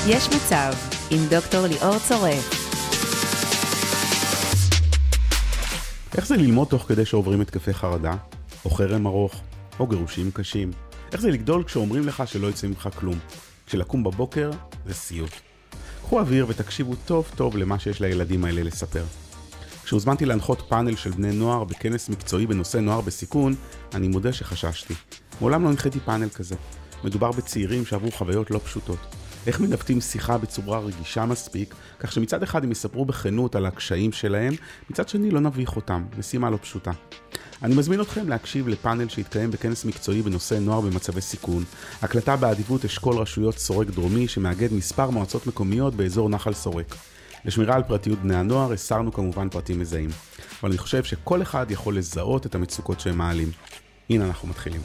יש מצב עם דוקטור ליאור צורף. איך זה ללמוד תוך כדי שעוברים התקפי חרדה, או חרם ארוך, או גירושים קשים? איך זה לגדול כשאומרים לך שלא יצא ממך כלום? כשלקום בבוקר זה סיוט. קחו אוויר ותקשיבו טוב טוב למה שיש לילדים האלה לספר. כשהוזמנתי להנחות פאנל של בני נוער בכנס מקצועי בנושא נוער בסיכון, אני מודה שחששתי. מעולם לא הנחיתי פאנל כזה. מדובר בצעירים שעברו חוויות לא פשוטות. איך מנווטים שיחה בצורה רגישה מספיק, כך שמצד אחד הם יספרו בכנות על הקשיים שלהם, מצד שני לא נביך אותם, משימה לא פשוטה. אני מזמין אתכם להקשיב לפאנל שהתקיים בכנס מקצועי בנושא נוער במצבי סיכון, הקלטה באדיבות אשכול רשויות סורק דרומי שמאגד מספר מועצות מקומיות באזור נחל סורק. לשמירה על פרטיות בני הנוער הסרנו כמובן פרטים מזהים, אבל אני חושב שכל אחד יכול לזהות את המצוקות שהם מעלים. הנה אנחנו מתחילים.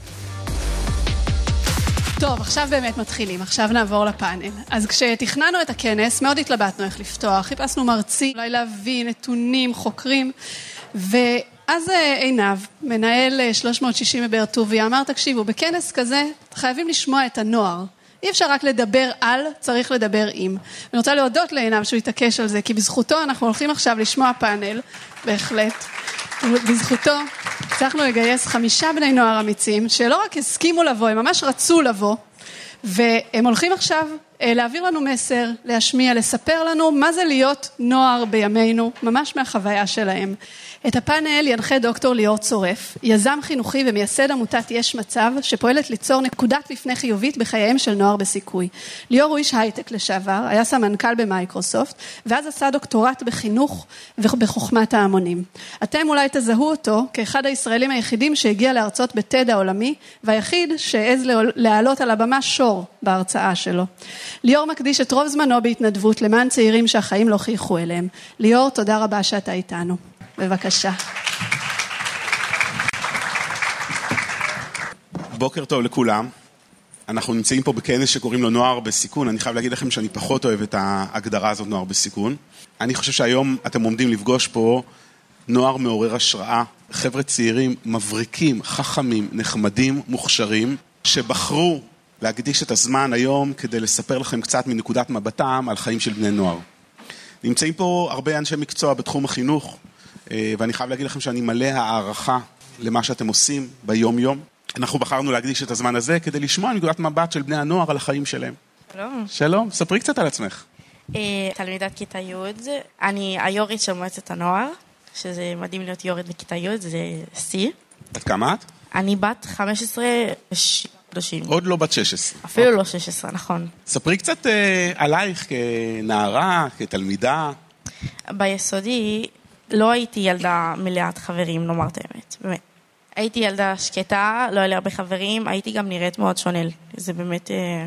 טוב, עכשיו באמת מתחילים, עכשיו נעבור לפאנל. אז כשתכננו את הכנס, מאוד התלבטנו איך לפתוח, חיפשנו מרצים, אולי להביא נתונים, חוקרים, ואז עינב, מנהל 360 בבאר טוביה, אמר, תקשיבו, בכנס כזה חייבים לשמוע את הנוער. אי אפשר רק לדבר על, צריך לדבר עם. ואני רוצה להודות לעינב שהוא יתעקש על זה, כי בזכותו אנחנו הולכים עכשיו לשמוע פאנל, בהחלט. בזכותו הצלחנו לגייס 5 בני נוער אמיצים, שלא רק הסכימו לבוא, הם ממש רצו לבוא, והם הולכים עכשיו להעביר לנו מסר, להשמיע, לספר לנו מה זה להיות נוער בימינו, ממש מהחוויה שלהם. את הפאנל ינחה דוקטור ליאור צורף, יזם חינוכי ומייסד עמותת יש מצב, שפועלת ליצור נקודת מפנה חיובית בחייהם של נוער בסיכוי. ליאור הוא איש הייטק לשעבר, היה סמנכ"ל במייקרוסופט, ואז עשה דוקטורט בחינוך ובחוכמת ההמונים. אתם אולי תזהו אותו כאחד הישראלים היחידים שהגיע לארצות בטד העולמי, והיחיד שהעז להעלות על הבמה שור בהרצאה שלו. ליאור מקדיש את רוב זמנו בהתנדבות למען צעירים שהחיים לא חייכו אליהם. ליאור, תודה רבה שאתה איתנו. בבקשה. בוקר טוב לכולם. אנחנו נמצאים פה בכנס שקוראים לו נוער בסיכון. אני חייב להגיד לכם שאני פחות אוהב את ההגדרה הזאת נוער בסיכון. אני חושב שהיום אתם עומדים לפגוש פה נוער מעורר השראה, חבר'ה צעירים, מבריקים, חכמים, נחמדים, מוכשרים, שבחרו להקדיש את הזמן היום כדי לספר לכם קצת מנקודת מבטם על חיים של בני נוער. נמצאים פה הרבה אנשי מקצוע בתחום החינוך, ואני חייב להגיד לכם שאני מלא הערכה למה שאתם עושים ביום יום. אנחנו בחרנו להקדיש את הזמן הזה כדי לשמוע מנקודת מבט של בני הנוער על החיים שלהם. שלום. שלום, ספרי קצת על עצמך. תלמידת כיתה י', אני היורית של מועצת הנוער, שזה מדהים להיות יורית בכיתה י', זה C. בת כמה את? אני בת 15 חודשים. עוד לא בת 16. אפילו לא 16, נכון. ספרי קצת עלייך כנערה, כתלמידה. ביסודי לא הייתי ילדה מלאת חברים, נאמר את האמת, באמת. הייתי ילדה שקטה, לא היה לי הרבה חברים, הייתי גם נראית מאוד שונה. זה באמת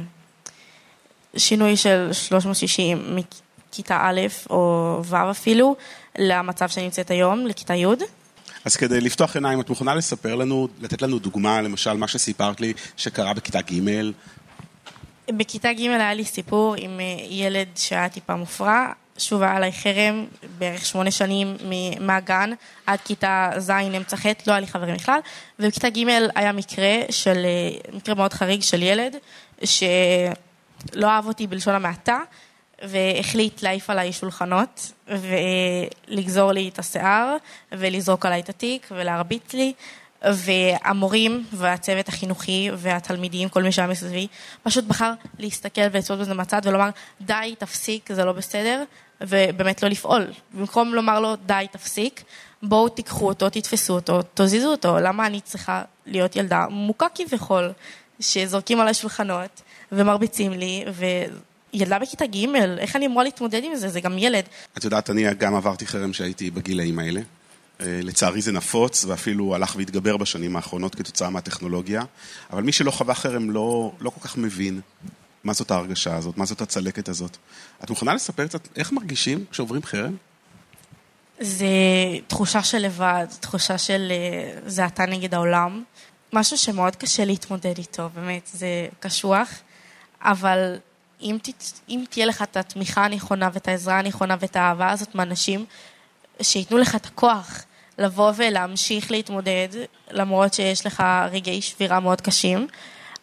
שינוי של 360 מכיתה א' או ו' אפילו, למצב שאני נמצאת היום, לכיתה י'. אז כדי לפתוח עיניים, את מוכנה לספר לנו, לתת לנו דוגמה, למשל, מה שסיפרת לי שקרה בכיתה ג'? בכיתה ג' היה לי סיפור עם ילד שהיה טיפה מופרע, שוב היה עליי חרם, בערך 8 שנים מהגן, עד כיתה ז' אמצע ח', לא היה לי חברים בכלל, ובכיתה ג' היה מקרה מאוד חריג של ילד, שלא אהב אותי בלשון המעטה, והחליט להעיף עליי שולחנות, ולגזור לי את השיער, ולזרוק עליי את התיק, ולהרביץ לי, והמורים והצוות החינוכי והתלמידים, כל מי שהיה מסביבי, פשוט בחר להסתכל ולצפות בזה מצד ולומר, די, תפסיק, זה לא בסדר, ובאמת לא לפעול. במקום לומר לו, די, תפסיק, בואו תיקחו אותו, תתפסו אותו, תזיזו אותו. למה אני צריכה להיות ילדה מוקה כביכול, שזורקים על השולחנות ומרביצים לי, וילדה בכיתה ג', איך אני אמורה להתמודד עם זה? זה גם ילד. את יודעת, אני גם עברתי חרם שהייתי בגילאים האלה. לצערי זה נפוץ, ואפילו הלך והתגבר בשנים האחרונות כתוצאה מהטכנולוגיה, אבל מי שלא חווה חרם לא כל כך מבין מה זאת ההרגשה הזאת, מה זאת הצלקת הזאת. את מוכנה לספר קצת איך מרגישים כשעוברים חרם? זה תחושה של לבד, תחושה של זה אתה נגד העולם, משהו שמאוד קשה להתמודד איתו, באמת, זה קשוח, אבל אם תהיה לך את התמיכה הנכונה ואת העזרה הנכונה ואת האהבה הזאת מאנשים, שיתנו לך את הכוח לבוא ולהמשיך להתמודד, למרות שיש לך רגעי שבירה מאוד קשים,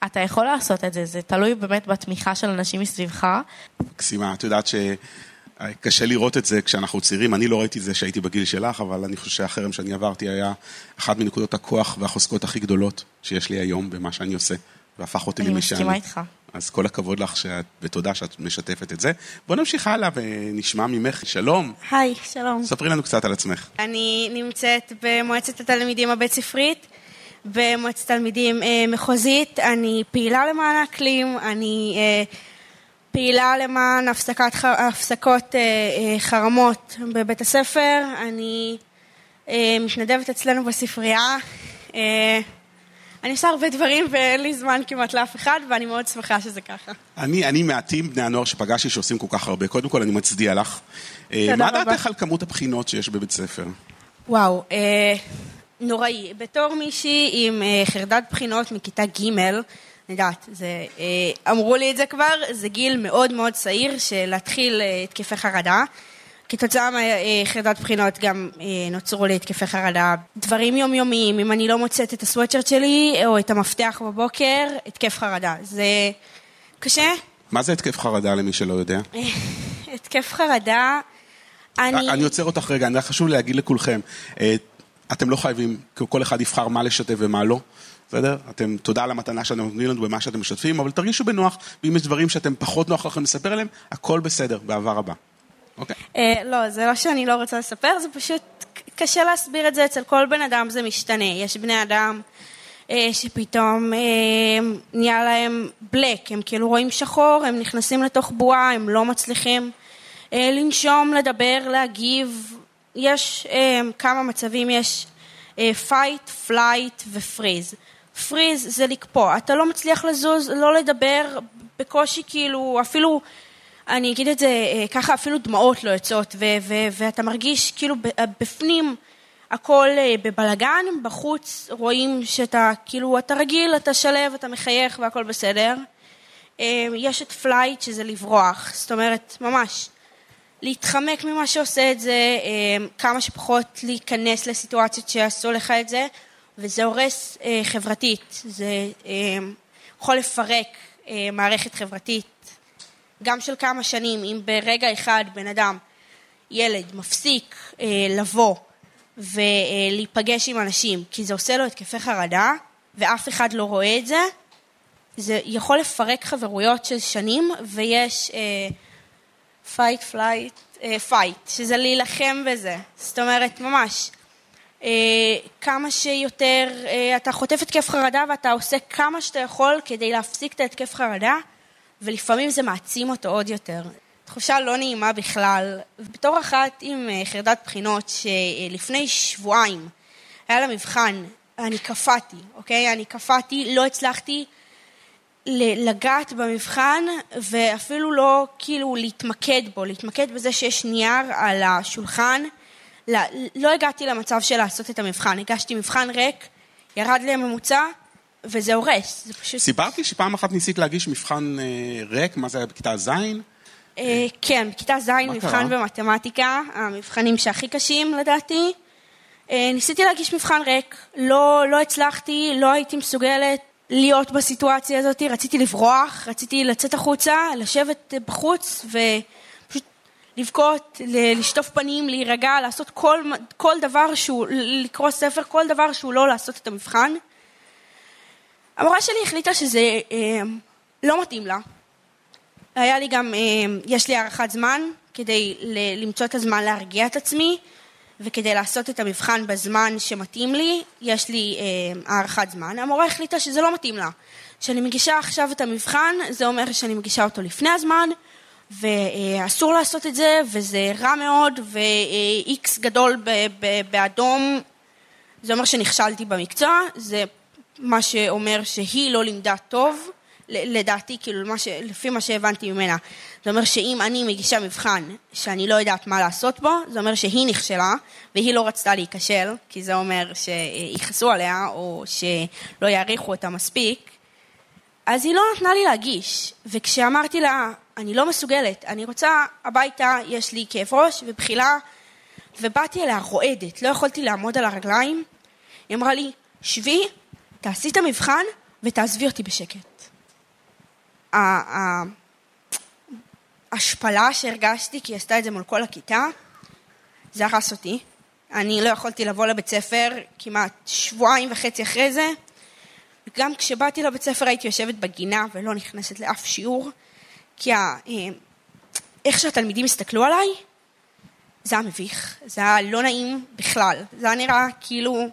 אתה יכול לעשות את זה, זה תלוי באמת בתמיכה של אנשים מסביבך. מקסימה, את יודעת שקשה לראות את זה כשאנחנו צעירים, אני לא ראיתי את זה שהייתי בגיל שלך, אבל אני חושב שהחרם שאני עברתי היה אחת מנקודות הכוח והחוזקות הכי גדולות שיש לי היום במה שאני עושה, והפך אותי למי שאני. אני מסכימה איתך. אז כל הכבוד לך ותודה שאת משתפת את זה. בוא נמשיך הלאה ונשמע ממך. שלום. היי, שלום. ספרי לנו קצת על עצמך. אני נמצאת במועצת התלמידים הבית ספרית, במועצת תלמידים מחוזית, אני פעילה למען האקלים, אני פעילה למען הפסקות חרמות בבית הספר, אני מתנדבת אצלנו בספרייה, אני עושה הרבה דברים ואין לי זמן כמעט לאף אחד, ואני מאוד שמחה שזה ככה. אני מעטים בני הנוער שפגשתי שעושים כל כך הרבה. קודם כל אני מצדיע לך. מה דעתך על כמות הבחינות שיש בבית ספר? וואו, נוראי. בתור מישהי עם חרדת בחינות מכיתה ג', נדעת, אמרו לי את זה כבר, זה גיל מאוד מאוד צעיר של להתחיל התקפי חרדה. כתוצאה מחרדת בחינות גם נוצרו לי התקפי חרדה. דברים יומיומיים, אם אני לא מוצאת את הסוואטשרט שלי או את המפתח בבוקר, התקף חרדה. זה קשה. מה זה התקף חרדה למי שלא יודע? התקף חרדה, אני עוצר אותך רגע, אני חשוב להגיד לכולכם, אתם לא חייבים, כל אחד יבחר מה לשתף ומה לא. בסדר? אתם תודה על המתנה שאתם נותנים לנו במה שאתם משתפים, אבל תרגישו בנוח, ואם יש דברים שאתם פחות נוח לכם לספר עליהם, הכל בסדר, בעבר הבא. אוקיי. לא, זה לא שאני לא רוצה לספר, זה פשוט קשה להסביר את זה, אצל כל בן אדם זה משתנה. יש בני אדם שפתאום נהיה להם בלק, הם כאילו רואים שחור, הם נכנסים לתוך בועה, הם לא מצליחים לנשום, לדבר, להגיב. יש כמה מצבים, יש fight, flight ו-freeze. freeze זה לקפוא, אתה לא מצליח לזוז, לא לדבר, בקושי כאילו, אפילו, אני אגיד את זה ככה, אפילו דמעות לא יוצאות, ואתה מרגיש כאילו בפנים הכל בבלגן, בחוץ רואים שאתה כאילו, אתה רגיל, אתה שלב, אתה מחייך והכל בסדר. יש את flight שזה לברוח, זאת אומרת, ממש, להתחמק ממה שעושה את זה, כמה שפחות להיכנס לסיטואציות שיעשו לך את זה, וזה הורס חברתית, זה יכול לפרק מערכת חברתית, גם של כמה שנים, אם ברגע אחד בן אדם, ילד, מפסיק לבוא ולהיפגש עם אנשים, כי זה עושה לו התקפי חרדה, ואף אחד לא רואה את זה, זה יכול לפרק חברויות של שנים, ויש fight, flight, fight, שזה להילחם בזה. זאת אומרת, ממש, כמה שיותר, אתה חוטף התקף חרדה, ואתה עושה כמה שאתה יכול כדי להפסיק את התקף חרדה, ולפעמים זה מעצים אותו עוד יותר. תחושה לא נעימה בכלל. בתור אחת עם חרדת בחינות, שלפני שבועיים היה לה מבחן, אני קפאתי, אוקיי? אני קפאתי, לא הצלחתי לגעת במבחן, ואפילו לא כאילו להתמקד בו, להתמקד בזה שיש נייר על השולחן. לא הגעתי למצב של לעשות את המבחן, הגשתי מבחן ריק, ירד לי הממוצע, וזה הורס. זה פשוט... סיפרתי שפעם אחת ניסית להגיש מבחן ריק, מה זה היה בכיתה זין? כן, בכיתה זין, מבחן במתמטיקה, המבחנים שהכי קשים לדעתי. ניסיתי להגיש מבחן ריק, לא הצלחתי, לא הייתי מסוגלת להיות בסיטואציה הזאת, רציתי לברוח, רציתי לצאת החוצה, לשבת בחוץ ופשוט לבכות, לשטוף פנים, להירגע, לעשות כל דבר שהוא, לקרוא ספר, כל דבר שהוא לא לעשות את המבחן. המורה שלי החליטה שזה לא מתאים לה. היה לי גם, יש לי הערכת זמן כדי למצוא את הזמן להרגיע את עצמי, וכדי לעשות את המבחן בזמן שמתאים לי, יש לי הערכת זמן. המורה החליטה שזה לא מתאים לה. שאני מגישה עכשיו את המבחן, זה אומר שאני מגישה אותו לפני הזמן, ואסור לעשות את זה, וזה רע מאוד, ו-X גדול באדום, זה אומר שנכשלתי במקצוע, זה מה שאומר שהיא לא לימדה טוב, לדעתי, כאילו, לפי מה שהבנתי ממנה, זה אומר שאם אני מגישה מבחן שאני לא יודעת מה לעשות בו, זה אומר שהיא נכשלה, והיא לא רצתה להיכשל, כי זה אומר שיחסו עליה, או שלא יעריכו אותה מספיק, אז היא לא נתנה לי להגיש, וכשאמרתי לה, אני לא מסוגלת, אני רוצה הביתה, יש לי כאב ראש ובחילה, ובאתי אליה רועדת, לא יכולתי לעמוד על הרגליים, היא אמרה לי, שבי, תעשי את המבחן, ותעזבי אותי בשקט. ההשפלה שהרגשתי, כי היא עשתה את זה מול כל הכיתה, זה הרס אותי. אני לא יכולתי לבוא לבית ספר כמעט 2.5 שבועות אחרי זה. גם כשבאתי לבית ספר הייתי יושבת בגינה ולא נכנסת לאף שיעור, כי איך שהתלמידים הסתכלו עליי, זה היה מביך, זה היה לא נעים בכלל. זה היה נראה כאילו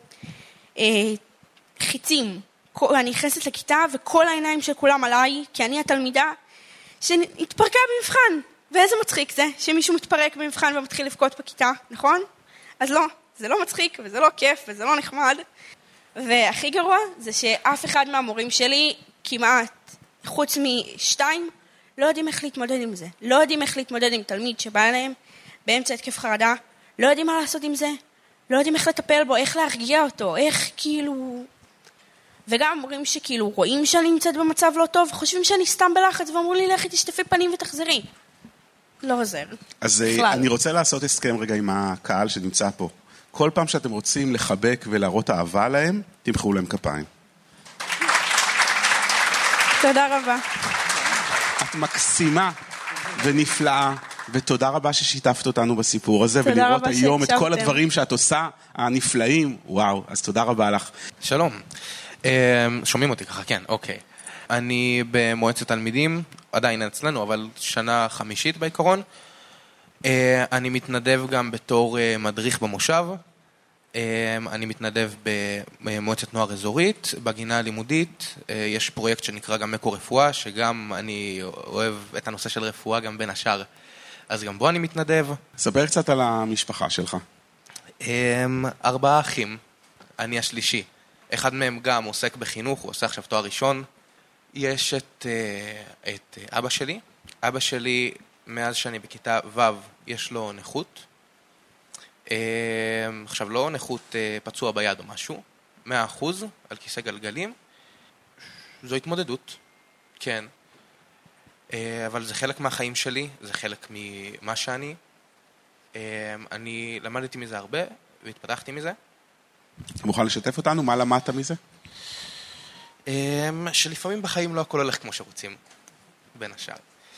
חיצים. אני נכנסת לכיתה וכל העיניים של כולם עליי, כי אני התלמידה שהתפרקה במבחן. ואיזה מצחיק זה, שמישהו מתפרק במבחן ומתחיל לבכות בכיתה, נכון? אז לא, זה לא מצחיק וזה לא כיף וזה לא נחמד. והכי גרוע זה שאף אחד מהמורים שלי, כמעט חוץ מ2, לא יודעים איך להתמודד עם זה. לא יודעים איך להתמודד עם תלמיד שבא אליהם באמצע התקף חרדה, לא יודעים מה לעשות עם זה, לא יודעים איך לטפל בו, איך להרגיע אותו, איך כאילו... וגם המורים שכאילו רואים שאני נמצאת במצב לא טוב, חושבים שאני סתם בלחץ, ואמרו לי, לכי תשטפי פנים ותחזרי. לא עוזר. אז אני רוצה לעשות הסכם רגע עם הקהל שנמצא פה. כל פעם שאתם רוצים לחבק ולהראות אהבה להם, תמחאו להם כפיים. תודה רבה. את מקסימה ונפלאה, ותודה רבה ששיתפת אותנו בסיפור הזה, ולראות היום את כל הדברים שאת עושה, הנפלאים, וואו, אז תודה רבה לך. שלום, שומעים אותי ככה, כן, אוקיי. אני במועצת תלמידים, עדיין אצלנו, אבל שנה 5 בעיקרון. אני מתנדב גם בתור מדריך במושב. אני מתנדב במועצת נוער אזורית, בגינה הלימודית. יש פרויקט שנקרא גם מקו רפואה, שגם אני אוהב את הנושא של רפואה גם בין השאר. אז גם בו אני מתנדב. ספר קצת על המשפחה שלך. 4 אחים, אני השלישי. אחד מהם גם עוסק בחינוך, הוא עושה עכשיו תואר ראשון. יש את אבא שלי. אבא שלי, מאז שאני בכיתה ו', יש לו נכות. עכשיו, לא נכות פצוע ביד או משהו. 100% על כיסא גלגלים. זו התמודדות, כן. אבל זה חלק מהחיים שלי, זה חלק ממה שאני. אני למדתי מזה הרבה והתפתחתי מזה. אתה מוכן לשתף אותנו? מה למדת מזה? שלפעמים בחיים לא הכל הולך כמו שרוצים, בין השאר.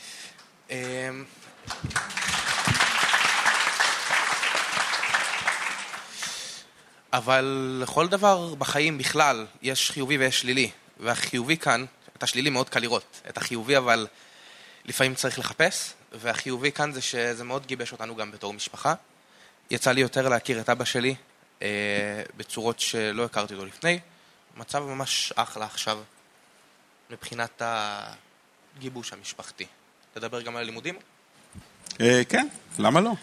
אבל לכל דבר בחיים בכלל יש חיובי ויש שלילי, והחיובי כאן, את השלילי מאוד קל לראות, את החיובי אבל לפעמים צריך לחפש, והחיובי כאן זה שזה מאוד גיבש אותנו גם בתור משפחה. יצא לי יותר להכיר את אבא שלי בצורות שלא הכרתי אותו לפני, מצב ממש אחלה עכשיו מבחינת הגיבוש המשפחתי. תדבר גם על הלימודים? כן, למה לא?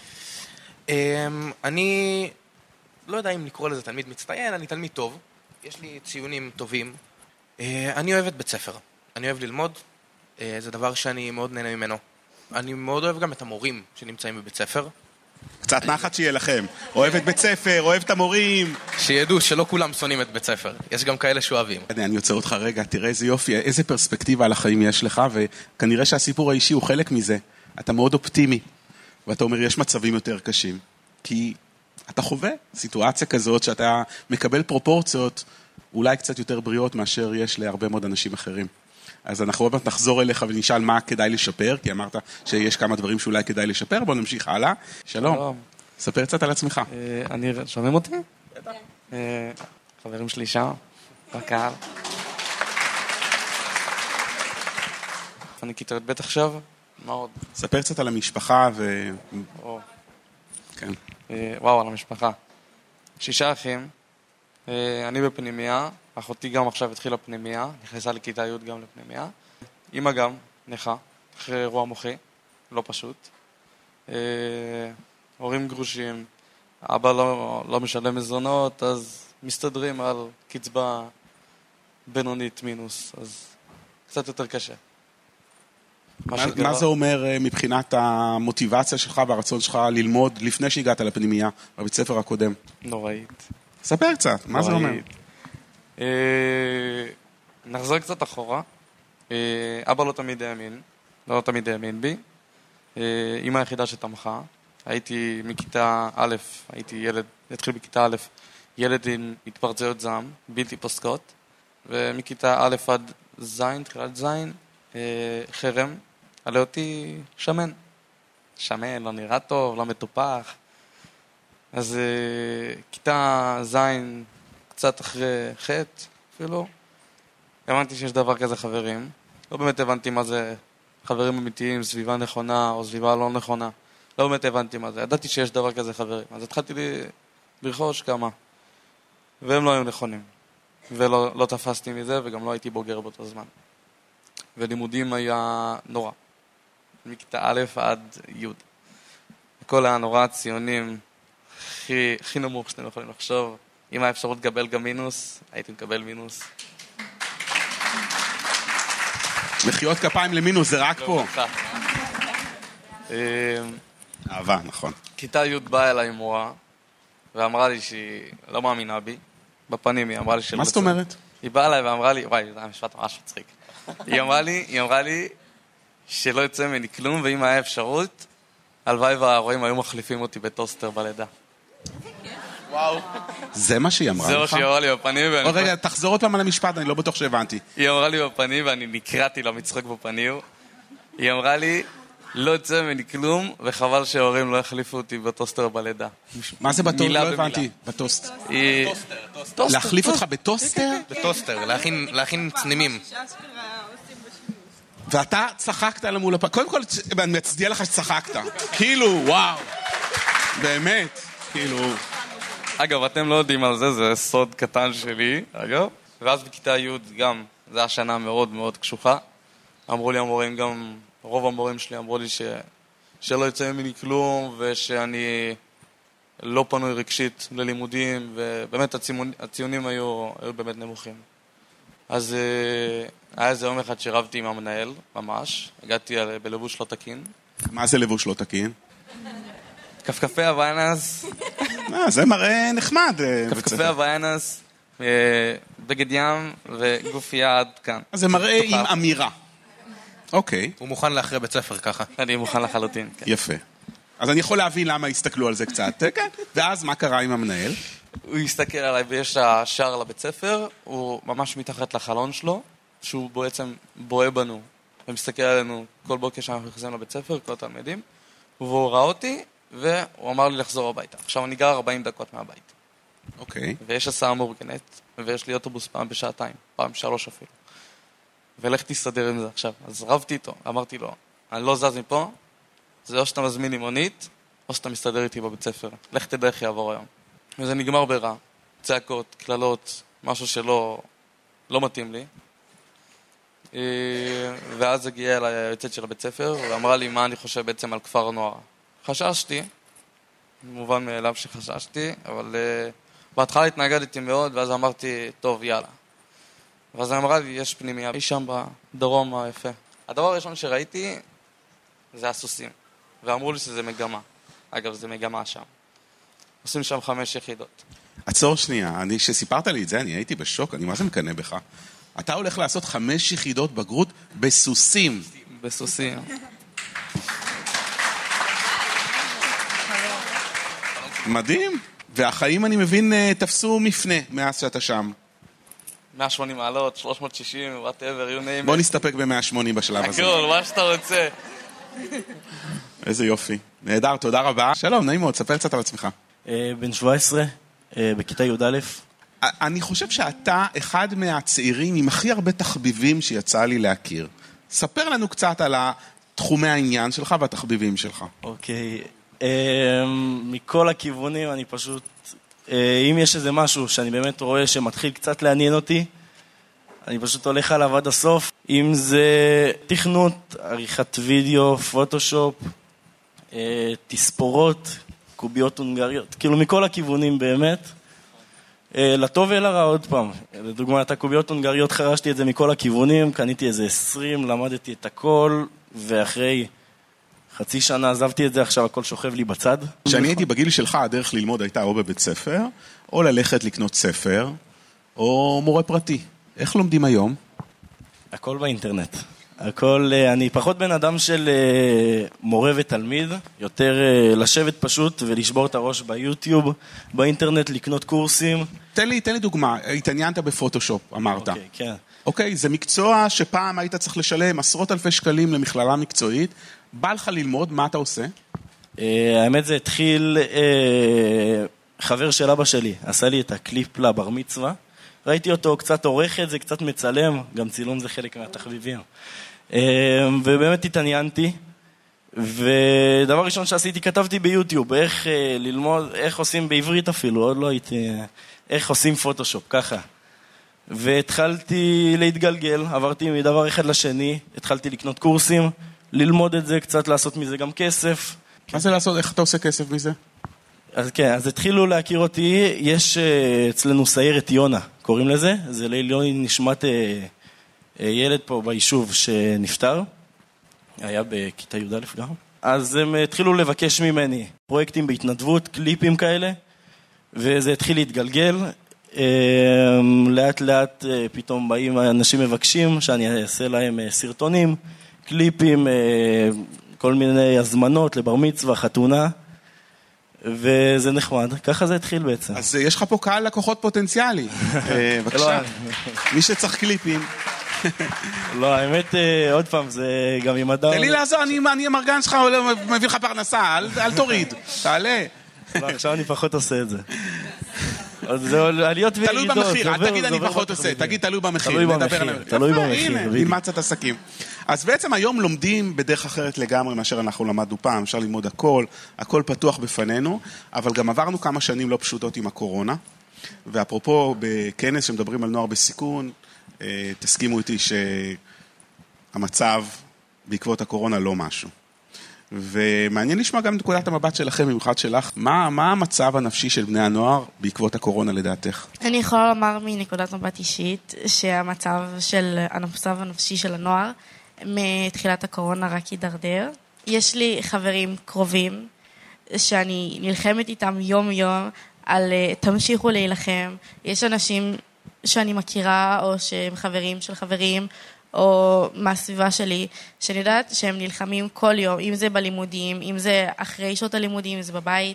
אני לא יודע אם לקרוא לזה תלמיד מצטיין, אני תלמיד טוב, יש לי ציונים טובים. אני אוהב את בית ספר, אני אוהב ללמוד, זה דבר שאני מאוד נהנה ממנו. אני מאוד אוהב גם את המורים שנמצאים בבית ספר. קצת נחת שיהיה לכם. אוהב את בית ספר, אוהב את המורים. שידעו שלא כולם שונאים את בית ספר. יש גם כאלה שאוהבים. אני יוצא אותך רגע, תראה איזה יופי, איזה פרספקטיבה על החיים יש לך, וכנראה שהסיפור האישי הוא חלק מזה. אתה מאוד אופטימי, ואתה אומר, יש מצבים יותר קשים. כי אתה חווה סיטואציה כזאת שאתה מקבל פרופורציות אולי קצת יותר בריאות מאשר יש להרבה מאוד אנשים אחרים. אז אנחנו עוד מעט נחזור אליך ונשאל מה כדאי לשפר, כי אמרת שיש כמה דברים שאולי כדאי לשפר, בואו נמשיך הלאה. שלום. ספר קצת על עצמך. שומעים אותי? חברים שלי שם, בקהל. אני כיתה ב' עכשיו, מה עוד? ספר קצת על המשפחה כן. וואו, על המשפחה. 6 אחים, אני בפנימיה, אחותי גם עכשיו התחילה פנימיה, נכנסה לכיתה י' גם לפנימיה. אמא גם, נכה, אחרי אירוע מוחי, לא פשוט. הורים גרושים, אבא לא משלם מזונות, אז מסתדרים על קצבה בינונית מינוס, אז קצת יותר קשה. מה זה אומר מבחינת המוטיבציה שלך והרצון שלך ללמוד לפני שהגעת לפנימיה, בבית ספר הקודם? נוראית. ספר קצת, מה זה אומר? נחזור קצת אחורה. אבא לא תמיד האמין בי. אמא היחידה שתמכה. הייתי מכיתה א', התחיל בכיתה א', ילד עם התפרצויות זעם, בלתי פוסקות. ומכיתה א' עד ז', תחילת ז', חרם, עלה אותי שמן. שמן, לא נראה טוב, לא מטופח. אז כיתה ז', קצת אחרי ח' אפילו, הבנתי שיש דבר כזה חברים. לא באמת הבנתי מה זה חברים אמיתיים, סביבה נכונה או סביבה לא נכונה. לא באמת הבנתי מה זה. ידעתי שיש דבר כזה חברים. אז התחלתי לרכוש כמה. והם לא היו נכונים. ולא תפסתי מזה, וגם לא הייתי בוגר באותו זמן. ולימודים היה נורא. מכיתה א' עד י'. הכל היה נורא, ציונים הכי נמוך שאתם יכולים לחשוב. אם היה אפשרות לקבל גם מינוס, הייתי מקבל מינוס. מחיאות כפיים למינוס, זה רק פה. אהבה, נכון. כיתה י' באה אליי מורה, ואמרה לי שהיא לא מאמינה בי. בפנים היא אמרה לי שלא... מה זאת אומרת? היא באה אליי ואמרה לי, וואי, זה היה משפט ממש מצחיק. היא אמרה לי שלא יוצא ממני כלום, ואם היה אפשרות, הלוואי וההורים היו מחליפים אותי בטוסטר בלידה. וואו. זה מה שהיא אמרה לך? זה מה שהיא אמרה לי בפנים. רגע, תחזור עוד פעם על המשפט, אני לא בטוח שהבנתי. היא אמרה לי בפנים, ואני נקראתי לה מצחוק בפנים. היא אמרה לי, לא יוצא ממני כלום, וחבל שההורים לא יחליפו אותי בטוסטר בלידה. מה זה בטוסטר? לא הבנתי. בטוסטר. להחליף אותך בטוסטר? בטוסטר, להכין צנימים. ואתה צחקת על מול הפעם. קודם כל, אני מצדיע לך שצחקת. כאילו, וואו. באמת. כאילו... אגב, אתם לא יודעים על זה, זה סוד קטן שלי, אגב. ואז בכיתה י' גם, זו הייתה שנה מאוד מאוד קשוחה. אמרו לי המורים גם, רוב המורים שלי אמרו לי שלא יצא ממני כלום, ושאני לא פנוי רגשית ללימודים, ובאמת הציונים היו באמת נמוכים. אז היה איזה יום אחד שרבתי עם המנהל, ממש. הגעתי בלבוש לא תקין. מה זה לבוש לא תקין? כפכפי הוויינס. זה מראה נחמד. כפכפי הוויינס, בגד ים וגופייה עד כאן. אז זה מראה עם אמירה. אוקיי. הוא מוכן לאחרי בית ספר ככה. אני מוכן לחלוטין. יפה. אז אני יכול להבין למה הסתכלו על זה קצת. ואז מה קרה עם המנהל? הוא הסתכל עליי ויש השער לבית ספר, הוא ממש מתחת לחלון שלו, שהוא בעצם בוהה בנו. הוא מסתכל עלינו כל בוקר שאנחנו נכנסים לבית ספר, כל התלמידים, והוא ראה אותי, והוא אמר לי לחזור הביתה. עכשיו אני גר 40 דקות מהבית. אוקיי. ויש הסעה מאורגנת, ויש לי אוטובוס פעם בשעתיים, פעם 3 אפילו. ולך תסתדר עם זה עכשיו. אז רבתי איתו, אמרתי לו, אני לא זז מפה, זה או שאתה מזמין לי מונית, או שאתה מסתדר איתי בבית ספר. לך תדע איך יעבור היום. וזה נגמר ברע. צעקות, כללות, משהו שלא מתאים לי. ואז הגיעה אליי היועצת של הבית ספר, ואמרה לי מה אני חושב בעצם על כפר הנוער. חששתי, מובן מאליו שחששתי, אבל בהתחלה התנגדתי מאוד, ואז אמרתי, טוב, יאללה. ואז אמרה לי, יש פנימיה, היא שם בדרום היפה. הדבר הראשון שראיתי, זה הסוסים. ואמרו לי שזה מגמה. אגב, זה מגמה שם. עושים שם 5 יחידות. עצור שנייה, כשסיפרת לי את זה, אני הייתי בשוק, אני מה זה מקנה בך? אתה הולך לעשות 5 יחידות בגרות בסוסים. בסוסים. מדהים. והחיים, אני מבין, תפסו מפנה מאז שאתה שם. 180 מעלות, 360, whatever, you name it. בוא נסתפק ב-180 בשלב הזה. הכל, מה שאתה רוצה. איזה יופי. נהדר, תודה רבה. שלום, נעים מאוד, ספר קצת על עצמך. בן 17, בכיתה י"א. אני חושב שאתה אחד מהצעירים עם הכי הרבה תחביבים שיצא לי להכיר. ספר לנו קצת על תחומי העניין שלך והתחביבים שלך. אוקיי. מכל הכיוונים אני פשוט... אם יש איזה משהו שאני באמת רואה שמתחיל קצת לעניין אותי, אני פשוט הולך עליו עד הסוף. אם זה תכנות, עריכת וידאו, פוטושופ, תספורות, קוביות הונגריות, כאילו מכל הכיוונים באמת. לטוב ולרע עוד פעם. לדוגמה, את הקוביות הונגריות חרשתי את זה מכל הכיוונים, קניתי איזה 20, למדתי את הכל, ואחרי חצי שנה עזבתי את זה, עכשיו הכל שוכב לי בצד. כשאני הייתי בגיל שלך, הדרך ללמוד הייתה או בבית ספר, או ללכת לקנות ספר, או מורה פרטי. איך לומדים היום? הכל באינטרנט. הכל, אני פחות בן אדם של מורה ותלמיד, יותר לשבת פשוט ולשבור את הראש ביוטיוב, באינטרנט, לקנות קורסים. תן לי דוגמה, התעניינת בפוטושופ, אמרת. אוקיי, כן. אוקיי, זה מקצוע שפעם היית צריך לשלם עשרות אלפי שקלים למכללה מקצועית, בא לך ללמוד, מה אתה עושה? האמת זה התחיל, חבר של אבא שלי, עשה לי את הקליפ לבר מצווה, ראיתי אותו קצת עורך את זה, קצת מצלם, גם צילום זה חלק מהתחביבים. ובאמת התעניינתי, ודבר ראשון שעשיתי, כתבתי ביוטיוב, איך ללמוד, איך עושים בעברית אפילו, עוד לא הייתי, איך עושים פוטושופ, ככה. והתחלתי להתגלגל, עברתי מדבר אחד לשני, התחלתי לקנות קורסים, ללמוד את זה, קצת לעשות מזה גם כסף. מה זה לעשות, איך אתה עושה כסף מזה? אז כן, אז התחילו להכיר אותי, יש אצלנו סיירת יונה, קוראים לזה, זה לעילוי נשמת ילד פה ביישוב שנפטר, היה בכיתה י"א גם, אז הם התחילו לבקש ממני פרויקטים בהתנדבות, קליפים כאלה, וזה התחיל להתגלגל, לאט לאט פתאום באים אנשים מבקשים שאני אעשה להם סרטונים, קליפים, כל מיני הזמנות לבר מצווה, חתונה, וזה נחמד, ככה זה התחיל בעצם. אז יש לך פה קהל לקוחות פוטנציאלי, בבקשה, מי שצריך קליפים. לא, האמת, עוד פעם, זה גם עם אדם... תן לי לעזור, אני המרגן שלך, מביא לך פרנסה, אל תוריד, תעלה. לא, עכשיו אני פחות עושה את זה. זה עליות וירידות. תלוי במחיר, אל תגיד אני פחות עושה, תגיד תלוי במחיר. תלוי במחיר. הנה, נלמד קצת עסקים. אז בעצם היום לומדים בדרך אחרת לגמרי מאשר אנחנו למדנו פעם, אפשר ללמוד הכל פתוח בפנינו, אבל גם עברנו כמה שנים לא פשוטות עם הקורונה, ואפרופו בכנס שמדברים על נוער בסיכון, תסכימו איתי שהמצב בעקבות הקורונה לא משהו. ומעניין לשמוע גם נקודת המבט שלכם, במיוחד שלך, מה המצב הנפשי של בני הנוער בעקבות הקורונה לדעתך? אני יכולה לומר מנקודת מבט אישית, שהמצב הנפשי של הנוער, מתחילת הקורונה רק הידרדר. יש לי חברים קרובים, שאני נלחמת איתם יום יום, על תמשיכו להילחם. יש אנשים שאני מכירה, או שהם חברים של חברים, או מהסביבה שלי, שאני יודעת שהם נלחמים כל יום, אם זה בלימודים, אם זה אחרי שעות הלימודים, אם זה בבית,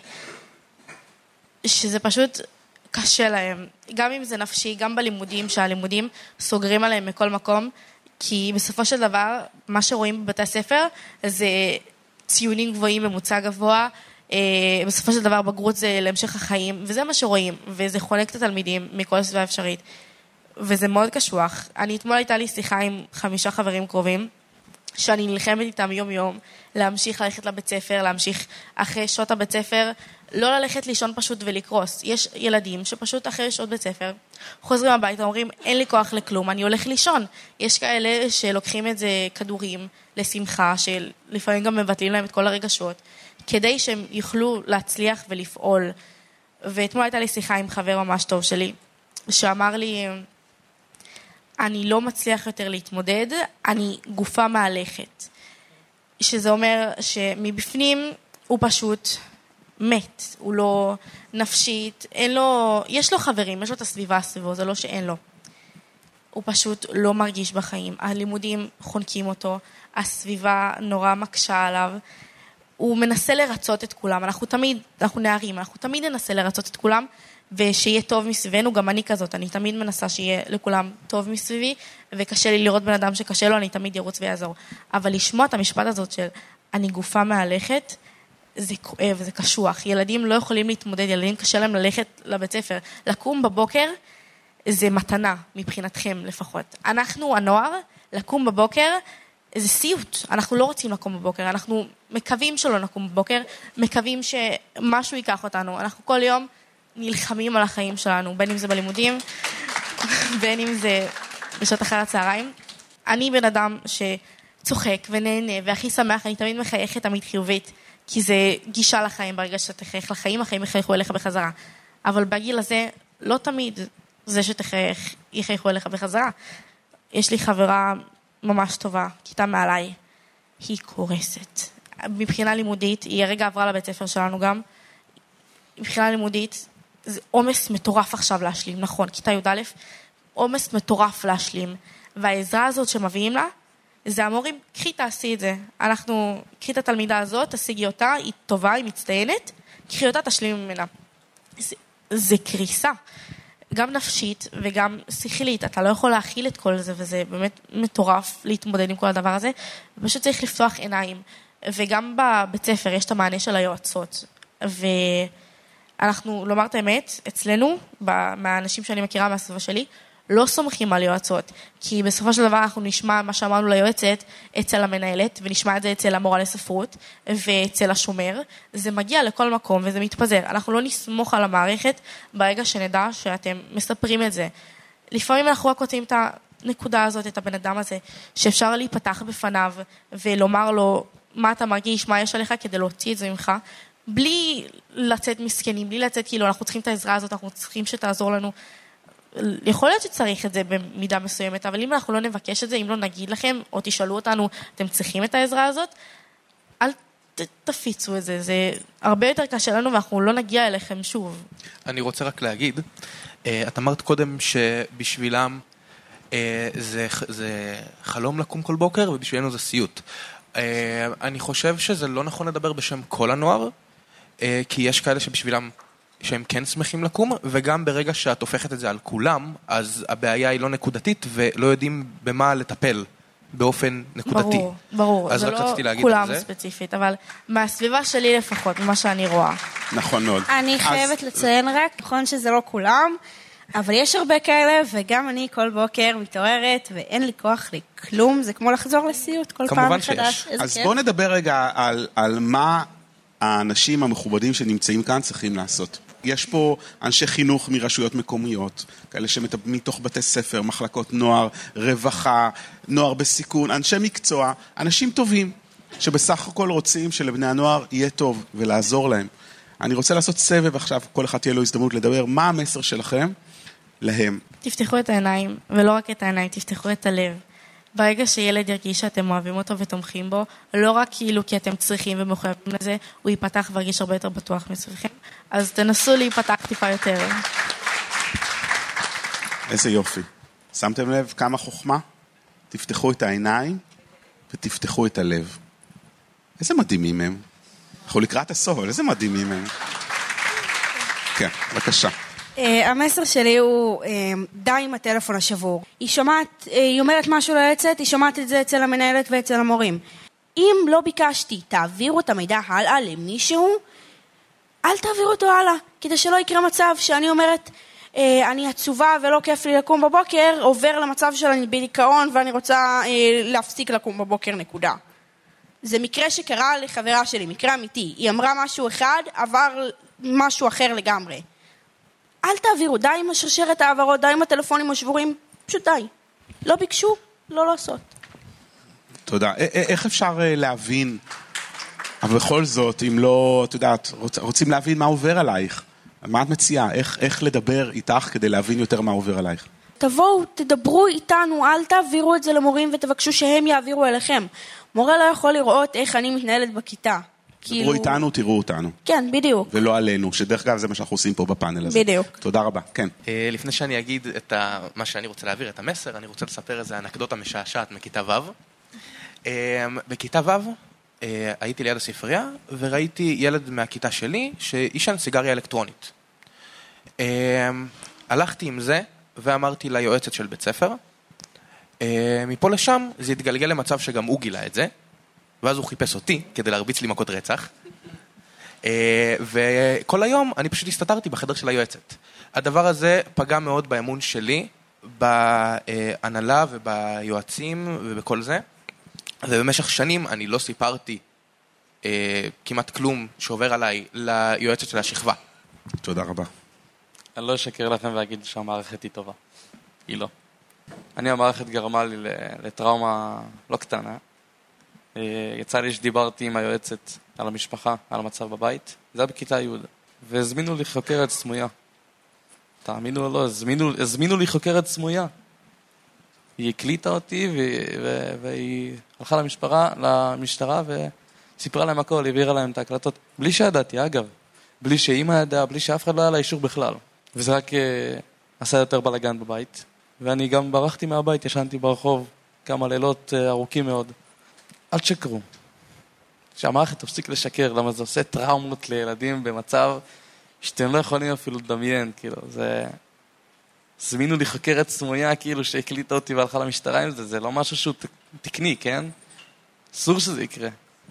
שזה פשוט קשה להם. גם אם זה נפשי, גם בלימודים, שהלימודים סוגרים עליהם מכל מקום, כי בסופו של דבר, מה שרואים בבתי הספר, זה ציונים גבוהים, ממוצע גבוה, בסופו של דבר בגרות זה להמשך החיים, וזה מה שרואים, וזה חונק את התלמידים מכל סביבה אפשרית. וזה מאוד קשוח. אתמול הייתה לי שיחה עם 5 חברים קרובים, שאני נלחמת איתם יום יום, להמשיך ללכת לבית ספר, להמשיך אחרי שעות הבית ספר, לא ללכת לישון פשוט ולקרוס. יש ילדים שפשוט אחרי שעות בית ספר, חוזרים הביתה, אומרים, אין לי כוח לכלום, אני הולך לישון. יש כאלה שלוקחים את זה כדורים לשמחה, שלפעמים גם מבטלים להם את כל הרגשות, כדי שהם יוכלו להצליח ולפעול. ואתמול הייתה לי שיחה עם חבר ממש טוב שלי, שאמר לי, אני לא מצליח יותר להתמודד, אני גופה מהלכת. שזה אומר שמבפנים הוא פשוט מת, הוא לא נפשית, יש לו חברים, יש לו את הסביבה סביבו, זה לא שאין לו. הוא פשוט לא מרגיש בחיים, הלימודים חונקים אותו, הסביבה נורא מקשה עליו, הוא מנסה לרצות את כולם, אנחנו נערים, אנחנו תמיד ננסה לרצות את כולם, ושיהיה טוב מסביבנו, גם אני כזאת, אני תמיד מנסה שיהיה לכולם טוב מסביבי, וקשה לי לראות בן אדם שקשה לו, אני תמיד ירוץ ויעזור. אבל לשמוע את המשפט הזאת של אני גופה מהלכת, זה כואב, זה קשוח. ילדים לא יכולים להתמודד, ילדים קשה להם ללכת לבית ספר. לקום בבוקר זה מתנה, מבחינתכם לפחות. אנחנו, הנוער, לקום בבוקר זה סיוט. אנחנו לא רוצים לקום בבוקר, אנחנו מקווים שלא נקום בבוקר, מקווים שמשהו ייקח אותנו. אנחנו כל יום נלחמים על החיים שלנו, בין אם זה בלימודים, בין אם זה בשעות אחר הצהריים. אני בן אדם שצוחק ונהנה והכי שמח, אני תמיד מחייכת, תמיד חיובית, כי זה גישה לחיים, ברגע שאתה תחייך לחיים, החיים יחייכו אליך בחזרה. אבל בגיל הזה, לא תמיד זה שתחייך, יחייכו אליך בחזרה. יש לי חברה ממש טובה, כיתה מעליי, היא קורסת. מבחינה לימודית, היא הרגע עברה לבית ספר שלנו גם, מבחינה לימודית, זה עומס מטורף עכשיו להשלים, נכון, כיתה י"א, עומס מטורף להשלים, והעזרה הזאת שמביאים לה, זה המורים, קחי תעשי את זה. קחי את התלמידה הזאת, תשיגי אותה, היא טובה, היא מצטיינת, קחי אותה, תשלימי ממנה. זה קריסה. גם נפשית וגם שכלית, אתה לא יכול להכיל את כל זה, וזה באמת מטורף להתמודד עם כל הדבר הזה, ופשוט צריך לפתוח עיניים. וגם בבית ספר יש את המענה של היועצות, ואנחנו, לומר את האמת, אצלנו, מהאנשים שאני מכירה מהסביבה שלי, לא סומכים על יועצות, כי בסופו של דבר אנחנו נשמע מה שאמרנו ליועצת אצל המנהלת, ונשמע את זה אצל המורה לספרות, ואצל השומר, זה מגיע לכל מקום וזה מתפזר. אנחנו לא נסמוך על המערכת ברגע שנדע שאתם מספרים את זה. לפעמים אנחנו רק רוצים את הנקודה הזאת, את הבן אדם הזה, שאפשר להיפתח בפניו, ולומר לו מה אתה מרגיש, מה יש עליך, כדי להוציא את זה ממך, בלי לצאת מסכנים, בלי לצאת כאילו אנחנו צריכים את העזרה הזאת, אנחנו צריכים שתעזור לנו. יכול להיות שצריך את זה במידה מסוימת, אבל אם אנחנו לא נבקש את זה, אם לא נגיד לכם, או תשאלו אותנו, אתם צריכים את העזרה הזאת, אל תפיצו את זה, זה הרבה יותר קשה לנו, ואנחנו לא נגיע אליכם שוב. אני רוצה רק להגיד, את אמרת קודם שבשבילם זה חלום לקום כל בוקר, ובשבילנו זה סיוט. אני חושב שזה לא נכון לדבר בשם כל הנוער, כי יש כאלה שבשבילם שהם כן שמחים לקום, וגם ברגע שאת הופכת את זה על כולם, אז הבעיה היא לא נקודתית, ולא יודעים במה לטפל באופן נקודתי. ברור, אז זה רק רציתי לא להגיד כולם את זה. ספציפית, אבל מהסביבה שלי לפחות, ממה שאני רואה. נכון מאוד. אני חייבת לציין רק, נכון שזה לא כולם, אבל יש הרבה כאלה, וגם אני כל בוקר מתעוררת, ואין לי כוח לכלום, זה כמו לחזור לסיוט כל פעם מחדש. אז בואו נדבר רגע על מה האנשים המכובדים שנמצאים כאן צריכים לעשות. יש פה אנשי חינוך מרשויות מקומיות, כאלה מתוך בתי ספר, מחלקות נוער, רווחה, נוער בסיכון, אנשי מקצוע, אנשים טובים, שבסך הכל רוצים שלבני הנוער יהיה טוב ולעזור להם. אני רוצה לעשות סבב עכשיו, כל אחד תהיה לו הזדמנות לדבר, מה המסר שלכם להם? תפתחו את העיניים, ולא רק את העיניים, תפתחו את הלב. ברגע שילד ירגיש שאתם אוהבים אותו ותומכים בו, לא רק כאילו כי אתם צריכים ומחויבים לזה, הוא ייפתח וירגיש הרבה יותר בטוח מסביבכם. אז תנסו להיפתח טיפה יותר. איזה יופי. שמתם לב כמה חוכמה? תפתחו את העיניים ותפתחו את הלב. איזה מדהימים הם. אנחנו לקראת הסוף, אבל איזה מדהימים הם. כן, בבקשה. המסר שלי הוא די עם הטלפון השבור. היא אומרת משהו ליועצת, היא שומעת את זה אצל המנהלת ואצל המורים. אם לא ביקשתי, תעבירו את המידע הלאה למישהו, אל תעבירו אותו הלאה, כדי שלא יקרה מצב שאני אומרת, אני עצובה ולא כיף לי לקום בבוקר, עובר למצב של אני בדיכאון ואני רוצה להפסיק לקום בבוקר, נקודה. זה מקרה שקרה לחברה שלי, מקרה אמיתי. היא אמרה משהו אחד, עבר משהו אחר לגמרי. אל תעבירו, די עם השרשרת העברות, די עם הטלפונים השבורים, פשוט די. לא ביקשו, לא לעשות. תודה. איך אפשר להבין, אבל בכל זאת, אם לא, את יודעת, רוצים להבין מה עובר עלייך, מה את מציעה? איך לדבר איתך כדי להבין יותר מה עובר עלייך? תבואו, תדברו איתנו, אל תעבירו את זה למורים ותבקשו שהם יעבירו אליכם. מורה לא יכול לראות איך אני מתנהלת בכיתה. דברו איתנו, תראו אותנו. כן, בדיוק. ולא עלינו, שדרך כלל זה מה שאנחנו עושים פה בפאנל הזה. בדיוק. תודה רבה, כן. לפני שאני אגיד את מה שאני רוצה להעביר, את המסר, אני רוצה לספר איזה אנקדוטה משעשעת מכיתה ו'. בכיתה ו' הייתי ליד הספרייה, וראיתי ילד מהכיתה שלי שעישן סיגריה אלקטרונית. הלכתי עם זה, ואמרתי ליועצת של בית ספר, מפה לשם זה התגלגל למצב שגם הוא גילה את זה, ואז הוא חיפש אותי כדי להרביץ לי מכות רצח, וכל היום אני פשוט הסתתרתי בחדר של היועצת. הדבר הזה פגע מאוד באמון שלי, בהנהלה וביועצים ובכל זה, ובמשך שנים אני לא סיפרתי כמעט כלום שעובר עליי ליועצת של השכבה. תודה רבה. אני לא אשקר לכם ואגיד שהמערכת היא טובה. היא לא. המערכת גרמה לי לטראומה לא קטנה. יצא לי שדיברתי עם היועצת על המשפחה, על המצב בבית. זה היה בכיתה י' והזמינו לי חוקרת סמויה. תאמינו או לא, הזמינו לי חוקרת סמויה. היא הקליטה אותי והיא הלכה למשטרה וסיפרה להם הכל, העבירה להם את ההקלטות. בלי שידעתי, אגב. בלי שאמא ידעה, בלי שאף אחד לא היה לה אישור בכלל. וזה רק עשה יותר בלגן בבית. ואני גם ברחתי מהבית, ישנתי ברחוב כמה לילות ארוכים מאוד. אל תשקרו. שהמערכת תפסיק לשקר, למה זה עושה טראומות לילדים במצב שאתם לא יכולים אפילו לדמיין, כאילו, זה... זמינו לי חוקרת סמויה, כאילו, שהקליטה אותי והלכה למשטרה עם זה, זה לא משהו שהוא תקני, כן? אסור שזה יקרה.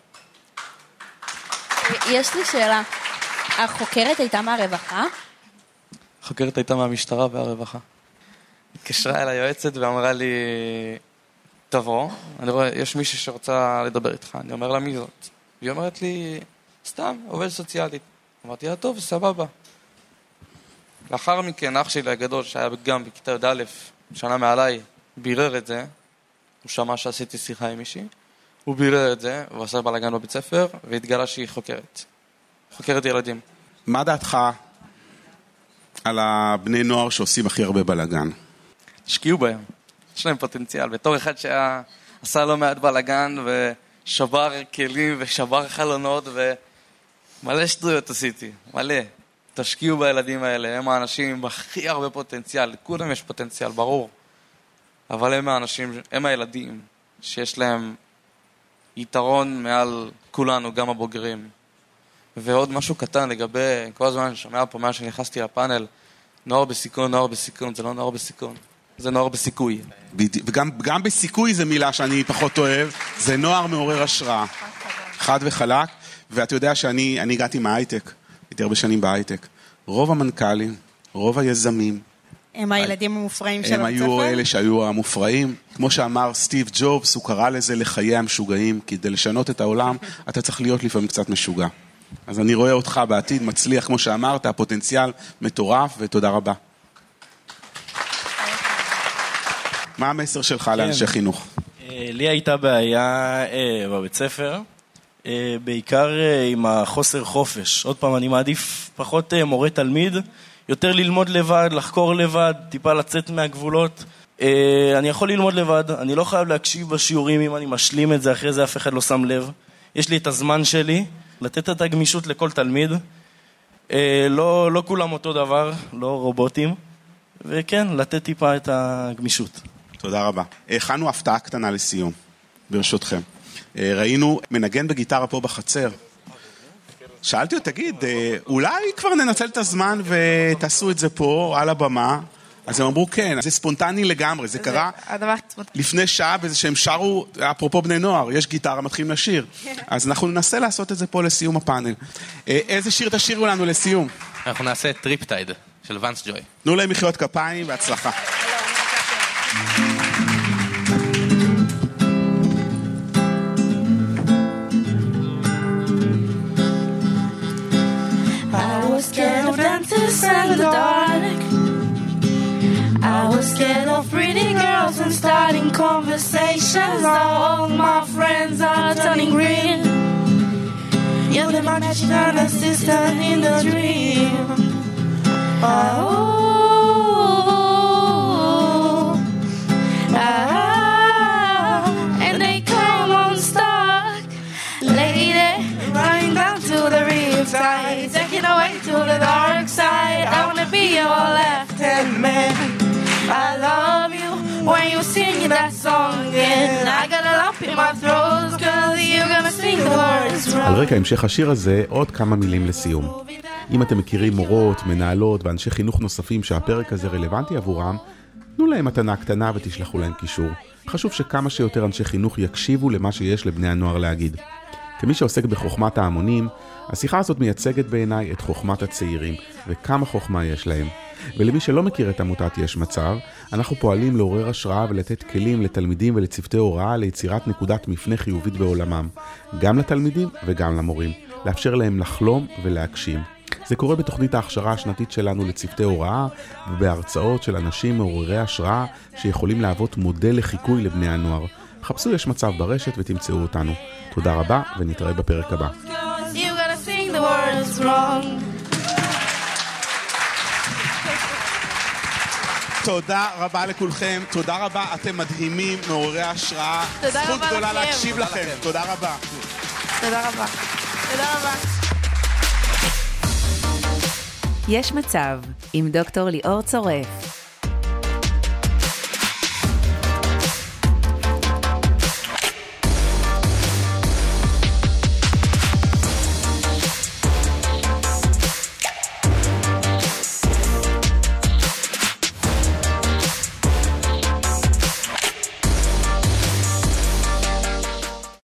יש לי שאלה, החוקרת הייתה מהרווחה? החוקרת הייתה מהמשטרה והרווחה. התקשרה אל היועצת ואמרה לי, תבוא, אני רואה, יש מישהי שרוצה לדבר איתך, אני אומר לה מי זאת. היא אומרת לי, סתם, עובד סוציאלית. אמרתי לה, טוב, סבבה. לאחר מכן, אח שלי הגדול, שהיה גם בכיתה י"א, שנה מעליי, בירר את זה, הוא שמע שעשיתי שיחה עם מישהי, הוא בירר את זה, הוא עשה בלגן בבית ספר, והתגלה שהיא חוקרת. חוקרת ילדים. מה דעתך על הבני נוער שעושים הכי הרבה בלגן? השקיעו בהם. יש להם פוטנציאל. בתור אחד שעשה לא מעט בלגן, ושבר כלים, ושבר חלונות, ומלא שטויות עשיתי. מלא. תשקיעו בילדים האלה. הם האנשים עם הכי הרבה פוטנציאל. לכולם יש פוטנציאל, ברור. אבל הם האנשים, הם הילדים, שיש להם יתרון מעל כולנו, גם הבוגרים. ועוד משהו קטן לגבי, כל הזמן אני שומע פה מאז שנכנסתי לפאנל, נוער בסיכון, נוער בסיכון, זה לא נוער בסיכון, זה נוער בסיכוי. וגם בסיכוי זה מילה שאני פחות אוהב, זה נוער מעורר השראה, חד וחלק, ואתה יודע שאני הגעתי מההייטק, הייתי הרבה שנים בהייטק, רוב המנכ"לים, רוב היזמים, הם הילדים המופרעים של הם היו אלה שהיו המופרעים, כמו שאמר סטיב ג'ובס, הוא קרא לזה לחיי המשוגעים, כדי לשנות את העולם, אתה צריך להיות לפעמים קצת משוגע. אז אני רואה אותך בעתיד מצליח, כמו שאמרת, הפוטנציאל מטורף, ותודה רבה. מה המסר שלך לאנשי חינוך? לי הייתה בעיה בבית ספר, בעיקר עם החוסר חופש. עוד פעם, אני מעדיף פחות מורה תלמיד, יותר ללמוד לבד, לחקור לבד, טיפה לצאת מהגבולות. אני יכול ללמוד לבד, אני לא חייב להקשיב בשיעורים אם אני משלים את זה, אחרי זה אף אחד לא שם לב. יש לי את הזמן שלי, לתת את הגמישות לכל תלמיד. לא כולם אותו דבר, לא רובוטים. וכן, לתת טיפה את הגמישות. תודה רבה. הכנו הפתעה קטנה לסיום, ברשותכם. ראינו מנגן בגיטרה פה בחצר. שאלתי אותי, תגיד, אולי כבר ננצל את הזמן ותעשו את זה פה על הבמה? אז הם אמרו כן, זה ספונטני לגמרי, זה קרה לפני שעה בזה שהם שרו, אפרופו בני נוער, יש גיטרה, מתחילים לשיר. אז אנחנו ננסה לעשות את זה פה לסיום הפאנל. איזה שיר תשאירו לנו לסיום? אנחנו נעשה טריפטייד של ונס ג'וי. תנו להם מחיאות כפיים והצלחה. I was scared of dentists and the dark. I was scared of pretty girls and starting conversations. Now all my friends are turning green. You're the magical assistant in the dream. And they come unstuck, lady, running down to the riptide, taking away to the dark side. I wanna be your left-hand man. I love you when you sing that song, and I got a lump in my throat, 'cause you're gonna sing the words wrong. על רקע המשך השיר הזה, עוד כמה מילים לסיום. אם אתם מכירים מורות, מנהלות ואנשי חינוך נוספים שהפרק הזה רלוונטי עבורם, תנו להם מתנה קטנה ותשלחו להם קישור. חשוב שכמה שיותר אנשי חינוך יקשיבו למה שיש לבני הנוער להגיד. כמי שעוסק בחוכמת ההמונים, השיחה הזאת מייצגת בעיניי את חוכמת הצעירים, וכמה חוכמה יש להם. ולמי שלא מכיר את עמותת יש מצב, אנחנו פועלים לעורר השראה ולתת כלים לתלמידים ולצוותי הוראה ליצירת נקודת מפנה חיובית בעולמם, גם לתלמידים וגם למורים, לאפשר להם לחלום ולהגשים. זה קורה בתוכנית ההכשרה השנתית שלנו לצוותי הוראה, ובהרצאות של אנשים מעוררי השראה שיכולים להוות מודל לחיקוי לבני הנוער. חפשו יש מצב ברשת ותמצאו אותנו. תודה רבה ונתראה בפרק הבא. תודה רבה לכולכם, תודה רבה, אתם מדהימים, מעוררי השראה. זכות גדולה להקשיב לכם, תודה רבה. תודה רבה. תודה רבה. יש מצב עם דוקטור ליאור צורף.